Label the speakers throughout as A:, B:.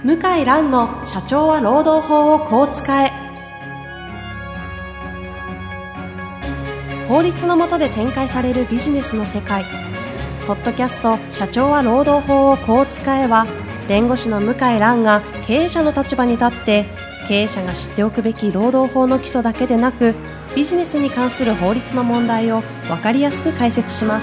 A: 向井蘭の社長は労働法をこう使え。法律の下で展開されるビジネスの世界。ポッドキャスト社長は労働法をこう使えは、弁護士の向井蘭が経営者の立場に立って経営者が知っておくべき労働法の基礎だけでなく、ビジネスに関する法律の問題を分かりやすく解説します。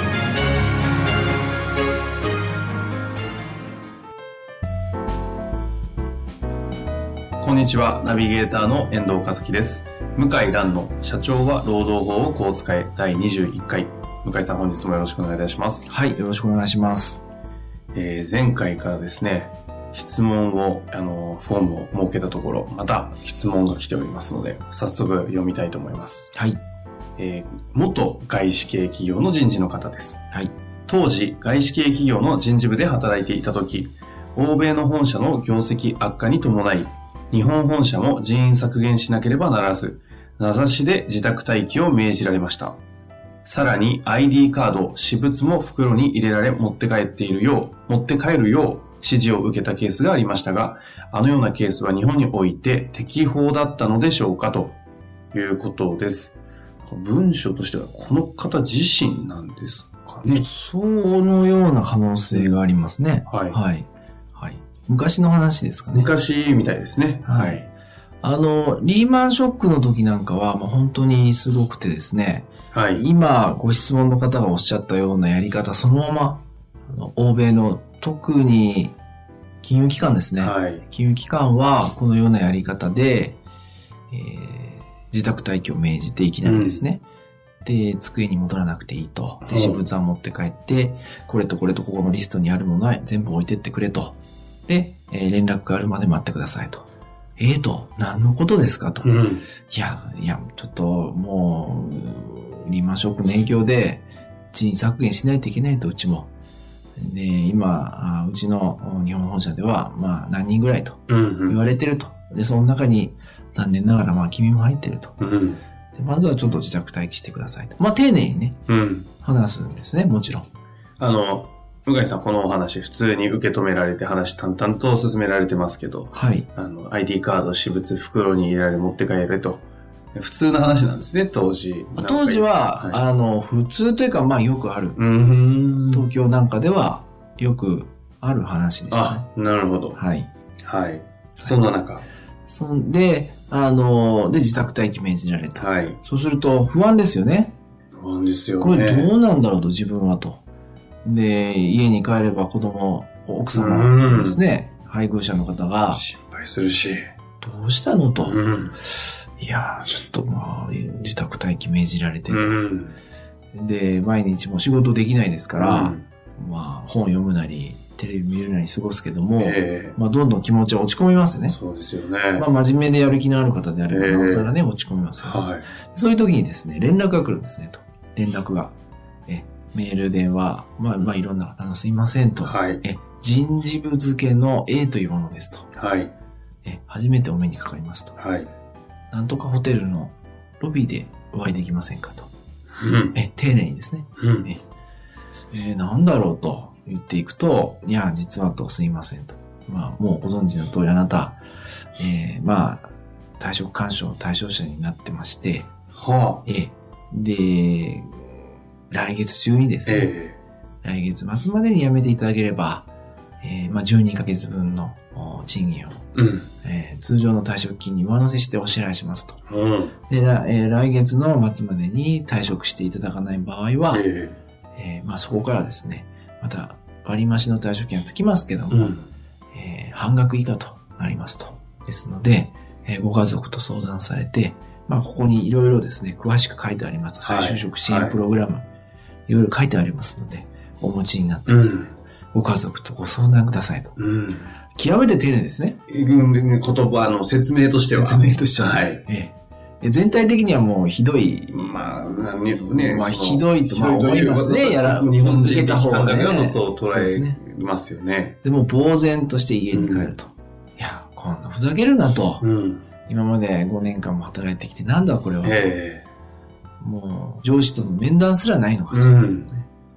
B: こんにちは、ナビゲーターの遠藤和樹です。向井蘭の社長は労働法をこう使え第21回。向井さん、本日もよろしくお願いいたします。
C: はい、よろしくお願いします。
B: 前回からですね、質問をフォームを設けたところ、また質問が来ておりますので、早速読みたいと思います。
C: はい。
B: 元外資系企業の人事の方です。
C: はい。
B: 当時、外資系企業の人事部で働いていたとき、欧米の本社の業績悪化に伴い、日本本社も人員削減しなければならず、名指しで自宅待機を命じられました。さらに ID カード、私物も袋に入れられ持って帰るよう指示を受けたケースがありましたが、あのようなケースは日本において適法だったのでしょうかということです。文章としてはこの方自身なんですかね。
C: そのような可能性がありますね。
B: はい。
C: はい。はい。昔の話ですかね。
B: 昔みたいですね。
C: はい。リーマンショックの時なんかは、本当にすごくてですね。はい。今、ご質問の方がおっしゃったようなやり方、そのまま、欧米の特に金融機関ですね。はい。金融機関は、このようなやり方で、自宅待機を命じていきなりですね。で、机に戻らなくていいと。で、私物は持って帰って、これとこれとここのリストにあるものは全部置いてってくれと。で、連絡があるまで待ってくださいと。何のことですかと。いや、ちょっともう、リーマンショックの影響で人員削減しないといけないと、うちも。で、今、うちの日本本社では、何人ぐらいと言われてると。で、その中に残念ながら君も入ってると。で、まずはちょっと自宅待機してくださいと。丁寧にね、話すんですね、もちろん。
B: 向井さん、このお話、普通に受け止められて話淡々と進められてますけど、
C: はい。
B: ID カード、私物、袋に入れられ持って帰れと。普通の話なんですね、当時。
C: 当時は、はい、普通というか、よくある。東京なんかでは、よくある話でしたね。
B: なるほど。
C: はい。
B: はい。そんな中。
C: で、自宅待機命じられた。
B: はい。
C: そうすると、不安ですよね。
B: 不安ですよね。
C: これどうなんだろうと、自分はと。で、家に帰れば子供、奥様ですね、配偶者の方が
B: 心配するし、
C: どうしたのと、いやちょっと自宅待機命じられてと、で、毎日も仕事できないですから、本読むなり、テレビ見るなり過ごすけども、どんどん気持ちは落ち込みますよね。
B: そうですよね。
C: 真面目でやる気のある方であれば、なおさらね、落ち込みますよね。はい、そういう時にですね、連絡が来るんですね、と。連絡が。メール、電話、いろんな、すいませんと。はい。人事部付けの A というものですと。はい。初めてお目にかかりますと。はい。なんとかホテルのロビーでお会いできませんかと。丁寧にですね。なんだろうと言っていくと、いや、実はとすいませんと。もうご存知の通りあなた、退職勧奨対象者になってまして、はあ。で、来月中にですね、来月末までに辞めていただければ、12ヶ月分の賃金を、通常の退職金に上乗せしてお支払いしますと。で、来月の末までに退職していただかない場合は、そこからですね、また割増の退職金はつきますけども、半額以下となりますと。ですので、ご家族と相談されて、ここにいろいろですね、詳しく書いてありますと、再就職支援プログラム、いろいろ書いてありますので、お持ちになってですね、ご家族とご相談くださいと。極めて丁寧ですね。
B: 言葉の説明としては。
C: 説明としては。はい。全体的にはもうひどい。ひどいと思いますね。
B: 日本人的感覚だとそう捉えますよね。
C: でも呆然として家に帰ると。いや、こんなふざけるなと。今まで5年間も働いてきてなんだこれはと。もう上司との面談すらないのかと。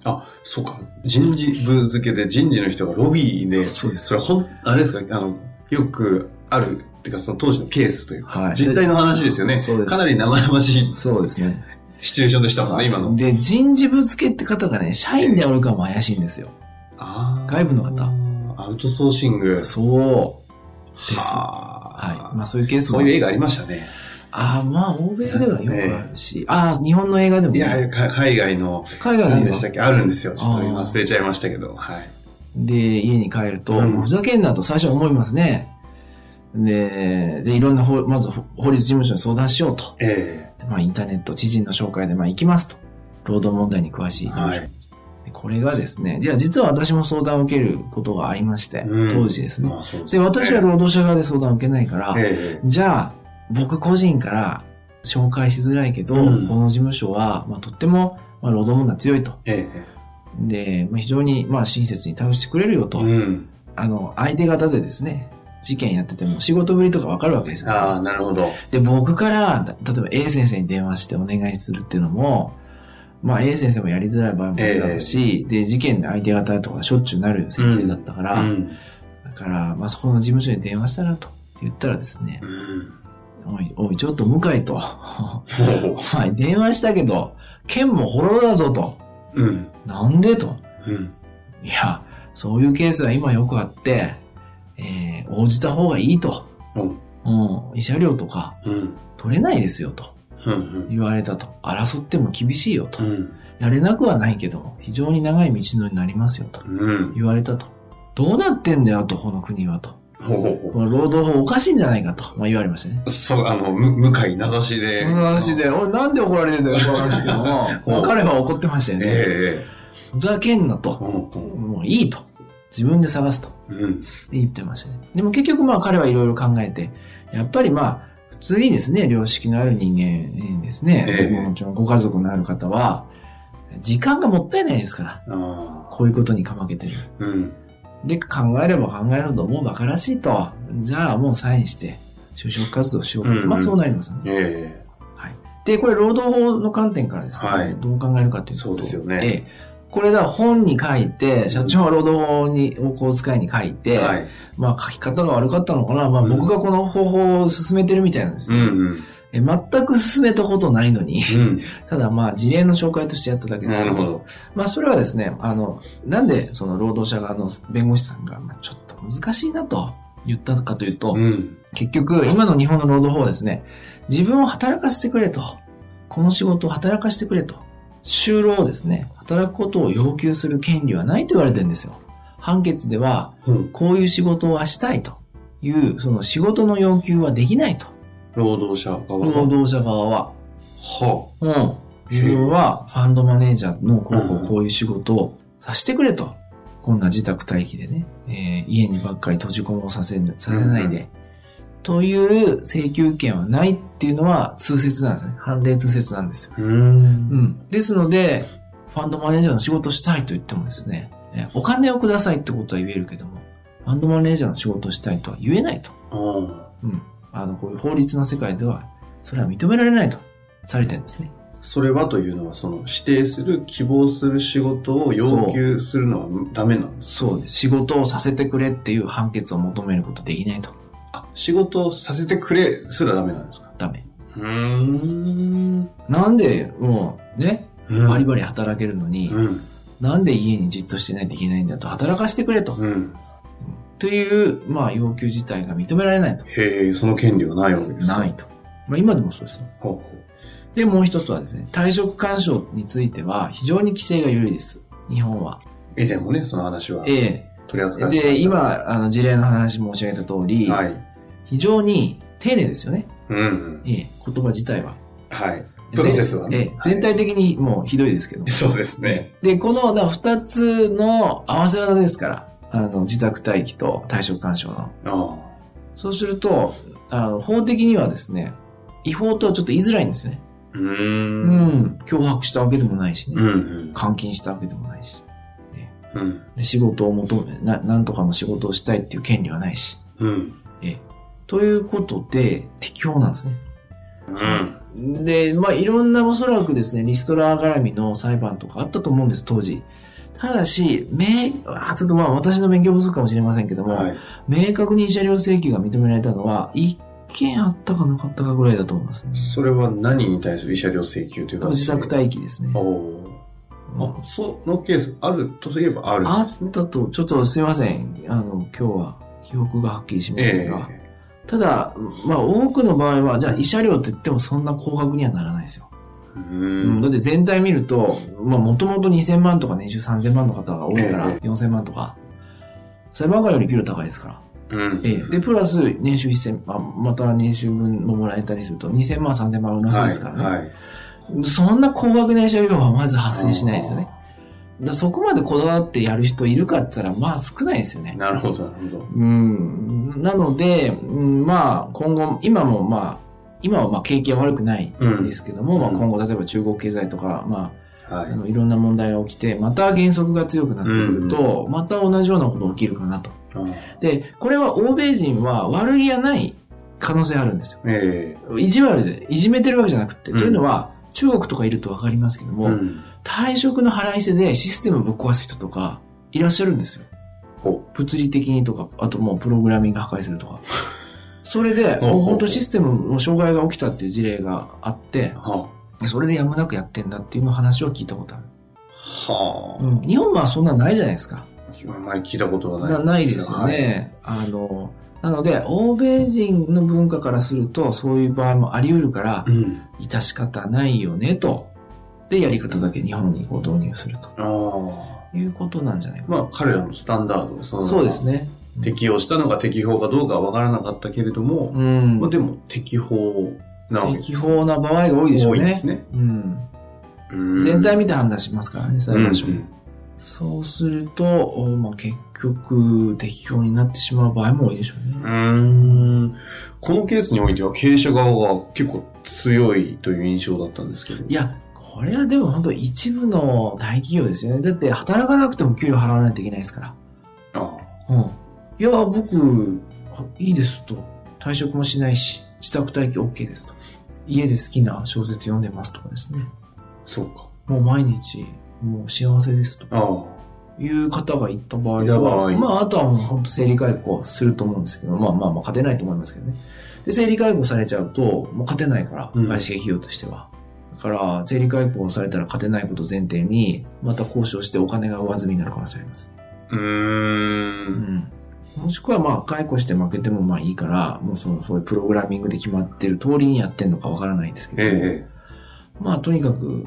B: あ、そうか。人事部付けで人事の人がロビーで、
C: そうです。
B: それあれですか、よくある、っていうかその当時のケースというか、
C: はい、
B: 実態の話ですよね。
C: そうです。
B: かなり生々しい。
C: そうですね。
B: シチュエーションでしたもんね、今の。
C: で、人事部付けって方がね、社員であるかも怪しいんですよ。外部の方。
B: アウトソーシング。
C: そうです。はい。まあそういうケースも。
B: そういう映画ありましたね。
C: まあ欧米ではよくあるし。日本の映画でも、ね。
B: いや、海外の。何でしたっけ、あるんですよ。ちょっと忘れちゃいましたけど。はい。
C: で、家に帰ると、ふざけんなと最初は思いますね。で、いろんなまず法律事務所に相談しようと。まあインターネット、知人の紹介で行きますと。労働問題に詳しい事務所。はい、これがですね、じゃあ実は私も相談を受けることがありまして、当時ですね。まあそうですね。で、私は労働者側で相談を受けないから、じゃあ僕個人から紹介しづらいけど、この事務所は、とっても、労働問題強いと。で、非常に親切に対応してくれるよと。相手方でですね、事件やってても仕事ぶりとかわかるわけですよ、ね。
B: ああ、なるほど。
C: で、僕から、例えば A 先生に電話してお願いするっていうのも、A 先生もやりづらい場合もあるだろうし、で、事件で相手方とかしょっちゅうなる先生だったから、だから、そこの事務所に電話したらと言ったらですね、おい、ちょっと向井と、お前電話したけど、剣もほろだぞと。なんでと。いや、そういうケースは今よくあって、応じた方がいいと。慰謝料とか、取れないですよと。言われたと。争っても厳しいよと。やれなくはないけども、非常に長い道のりになりますよと。言われたと。どうなってんだよと、この国はと。この労働法おかしいんじゃないかと、言われましたね。
B: そう、向井名指しで。
C: 名指しで、俺なんで怒られてんだよって思うんですけども、彼は怒ってましたよね。ふざけんなと。もういいと。自分で探すと。言ってましたね。でも結局彼はいろいろ考えて、やっぱり普通にですね、良識のある人間ですね、もちろんご家族のある方は、時間がもったいないですから、こういうことにかまけてる。で、考えれば考えるほどもう馬鹿らしいと、じゃあもうサインして、就職活動しようかって、そうなりますね。で、これ労働法の観点からですね、どう考えるかというと、
B: そうですよね。
C: これ本に書いて、社長は労働法をこう使いに書いて、書き方が悪かったのかな、僕がこの方法を進めてるみたいなんですね。全く進めたことないのに、ただ事例の紹介としてやっただけですけど、なるほど。それはですね、なんでその労働者側の弁護士さんが、ちょっと難しいなと言ったかというと、結局今の日本の労働法はですね、自分を働かせてくれと、この仕事を働かせてくれと、就労をですね、働くことを要求する権利はないと言われてるんですよ。判決では、こういう仕事はしたいという、その仕事の要求はできないと。
B: 労働者側
C: は。自分はファンドマネージャーのこういう仕事をさせてくれと。こんな自宅待機でね、家にばっかり閉じ込めをさせないで。という請求権はないっていうのは通説なんですね。判例通説なんですよ。ですので、ファンドマネージャーの仕事をしたいと言ってもですね、お金をくださいってことは言えるけども、ファンドマネージャーの仕事をしたいとは言えないと。こういう法律の世界では、それは認められないとされてるんですね。
B: それはというのは、その指定する、希望する仕事を要求するのはダメなんですか？
C: そうです。仕事をさせてくれっていう判決を求めることできないと。
B: 仕事をさせてくれすらダメなんですか？
C: ダメ。なんで、もうね、バリバリ働けるのに、なんで家にじっとしてないといけないんだと、働かせてくれと。という、要求自体が認められないと。
B: その権利はないわけですか？
C: ないと。今でもそうですね。で、もう一つはですね、退職勧奨については非常に規制が緩いです。日本は。
B: 以前もね、その話は。取り扱ってました。
C: で、今、事例の話申し上げた通り、非常に丁寧ですよね。言葉自体は。
B: プロセスはね。
C: 全体的にもうひどいですけど。
B: そうですね。
C: で、この二つの合わせ技ですから、自宅待機と退職勧奨の。そうすると、法的にはですね、違法とはちょっと言いづらいんですね。脅迫したわけでもないしね。監禁したわけでもないし。で仕事を求め、なんとかの仕事をしたいっていう権利はないし。ということで、適法なんですね。
B: うん。
C: で、まあいろんなおそらくですね、リストラ絡みの裁判とかあったと思うんです、当時。ただし、ちょっとまあ私の勉強不足かもしれませんけども、はい、明確に慰謝料請求が認められたのは、1件あったかなかったかぐらいだと思いますね。
B: それは何に対する慰謝料請求というか、
C: 自宅待機ですね。
B: そのケースあるといえばあるんですね。
C: あったと、ちょっとすいません。今日は記憶がはっきりしませんが、ただ、まあ多くの場合は、じゃあ慰謝料って言ってもそんな高額にはならないですよ。だって全体見ると、まあもともと2000万とか年収3000万の方が多いから、4000万とか、裁判官より給料高いですから。で、プラス年収1000万、また年収分ももらえたりすると、2000万、3000万うなそうですからね。はいはい、そんな高額な慰謝料はまず発生しないですよね。そこまでこだわってやる人いるかって言ったら、まあ少ないですよね。
B: なるほど、なるほど。
C: なので、まあ今後、今はまあ景気は悪くないんですけども、まあ今後例えば中国経済とか、まあ、いろんな問題が起きて、また減速が強くなってくると、また同じようなことが起きるかなと。で、これは欧米人は悪気がない可能性あるんですよ。意地悪で、いじめてるわけじゃなくて、というのは、中国とかいるとわかりますけども、退職の払い捨てでシステムをぶっ壊す人とかいらっしゃるんですよ。物理的にとか、あともうプログラミング破壊するとか。それで、もう本当システムの障害が起きたっていう事例があって、それでやむなくやってんだっていうの話を聞いたことある。日本はそんなないじゃないですか。
B: あんまり聞いたことはない。
C: ないですよね。なので、欧米人の文化からすると、そういう場合もあり得るから、致し方ないよね、と。で、やり方だけ日本に導入すると。いうことなんじゃないかな。
B: まあ、彼らのスタンダードを
C: そうですね。
B: 適用したのか適法かどうかは分からなかったけれども、まあ、でも適法なわけですね。適
C: 法な場合が多いでしょうね。
B: 多いですね。
C: 全体見て判断しますからね、裁判所も。そうすると、まあ、結局、適用になってしまう場合も多いでしょうね。
B: このケースにおいては経営者側が結構強いという印象だったんですけど。
C: いや、これはでも本当一部の大企業ですよね。だって働かなくても給料払わないといけないですから。いや、僕、いいですと。退職もしないし、自宅待機 OK ですと。家で好きな小説読んでますとかですね。
B: そうか。
C: もう毎日、もう幸せですと。いう方が言った場合は、まあ、あとはもう本当生理解雇すると思うんですけど、まあ勝てないと思いますけどね。で、生理解雇されちゃうと、もう勝てないから、外資系企業としては。だから、生理解雇されたら勝てないこと前提に、また交渉してお金が上積みになる可能性あります。もしくはまあ、解雇して負けてもまあいいから、もうそういうプログラミングで決まってる通りにやってんのかわからないんですけど、まあ、とにかく、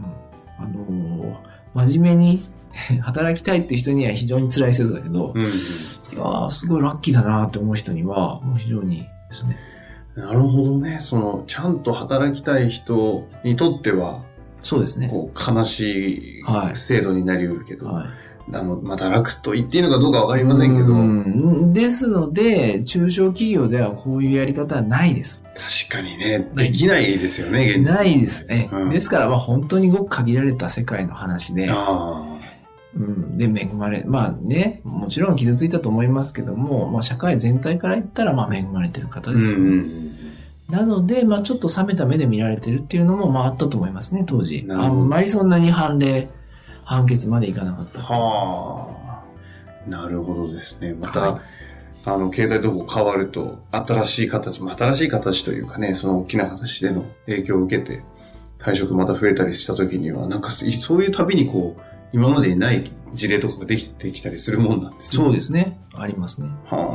C: 真面目に働きたいっていう人には非常に辛い制度だけど、いやー、すごいラッキーだなって思う人には、もう非常にですね。
B: なるほどね。ちゃんと働きたい人にとっては、
C: そうですね。
B: 悲しい制度になり得るけど、また楽と言っていいのかどうかわかりませんけど。
C: ですので、中小企業ではこういうやり方はないです。
B: 確かにね、できないですよね、
C: 現実。ないですね。ですから、まあ本当にごく限られた世界の話で、で、恵まれ、まあね、もちろん傷ついたと思いますけども、まあ社会全体から言ったら、まあ恵まれてる方ですよね。なので、まあちょっと冷めた目で見られてるっていうのも、まああったと思いますね、当時。あんまりそんなに判決までいかなかった。
B: なるほどですね。また、経済動向変わると、新しい形というかね、その大きな形での影響を受けて、退職また増えたりした時には、なんかそういうたびに今までにない事例とかができてきたりするもんなんですね。
C: そうですね。ありますね。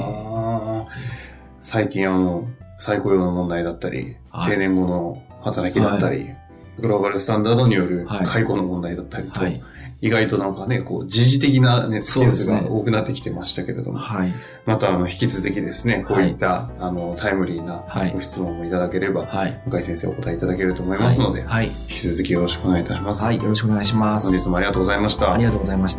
B: 最近再雇用の問題だったり、定年後の働きだったり、グローバルスタンダードによる解雇の問題だったりと、意外となんかね、時事的なね、ケースが多くなってきてましたけれども、また引き続きですね、こういった、タイムリーなご質問もいただければ、向井先生お答えいただけると思いますので、引き続きよろしくお願いいたします。
C: よろしくお願いします。
B: 本日もありがとうございました。
C: ありがとうございました。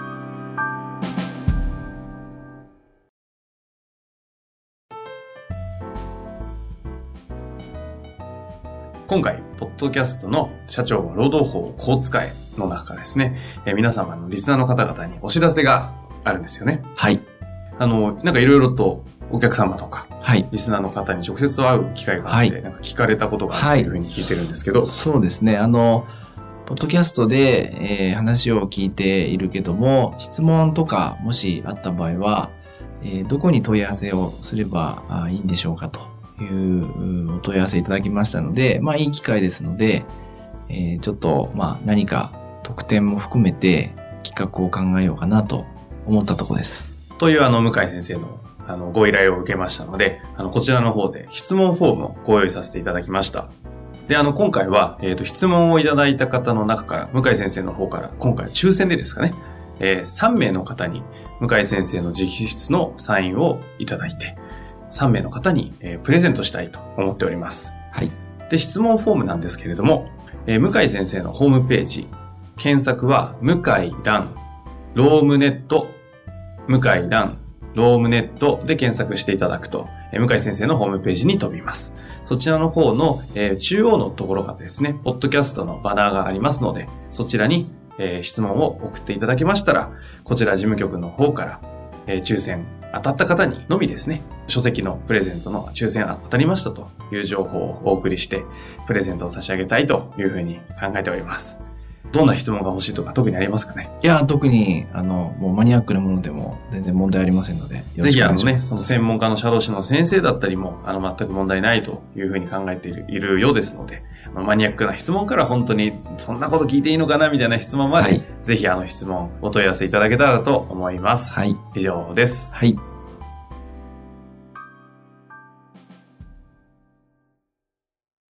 B: 今回、ポッドキャストの社長は労働法をこう使えの中からですね、皆様のリスナーの方々にお知らせがあるんですよね。
C: はい。
B: なんかいろいろとお客様とか、リスナーの方に直接会う機会があって、なんか聞かれたことがあるというふうに聞いてるんですけど。
C: そうですね。ポッドキャストで、話を聞いているけども、質問とかもしあった場合は、どこに問い合わせをすればいいんでしょうかというお問い合わせいただきましたので、いい機会ですので、ちょっと、何か特典も含めて企画を考えようかなと思ったところです。
B: という向井先生のご依頼を受けましたので、こちらの方で質問フォームをご用意させていただきました。で、今回は、質問をいただいた方の中から、向井先生の方から、今回抽選でですかね、3名の方に、向井先生の直筆のサインをいただいて、3名の方に、プレゼントしたいと思っております。
C: はい。
B: で、質問フォームなんですけれども、向井先生のホームページ、検索は、向井蘭、ロームネット、向井蘭、ロームネットで検索していただくと、向井先生のホームページに飛びます。そちらの方の、中央のところがですね、ポッドキャストのバナーがありますので、そちらに、質問を送っていただけましたら、こちら事務局の方から、抽選当たった方にのみですね、書籍のプレゼントの抽選当たりましたという情報をお送りして、プレゼントを差し上げたいというふうに考えております。どんな質問が欲しいとか特にありますかね？
C: いや、特に、もうマニアックなものでも全然問題ありませんので。
B: ぜひその専門家の社労士の先生だったりも、全く問題ないというふうに考えているようですので、マニアックな質問から本当にそんなこと聞いていいのかなみたいな質問まで、ぜひ質問お問い合わせいただけたらと思います。
C: はい。
B: 以上です。
C: はい。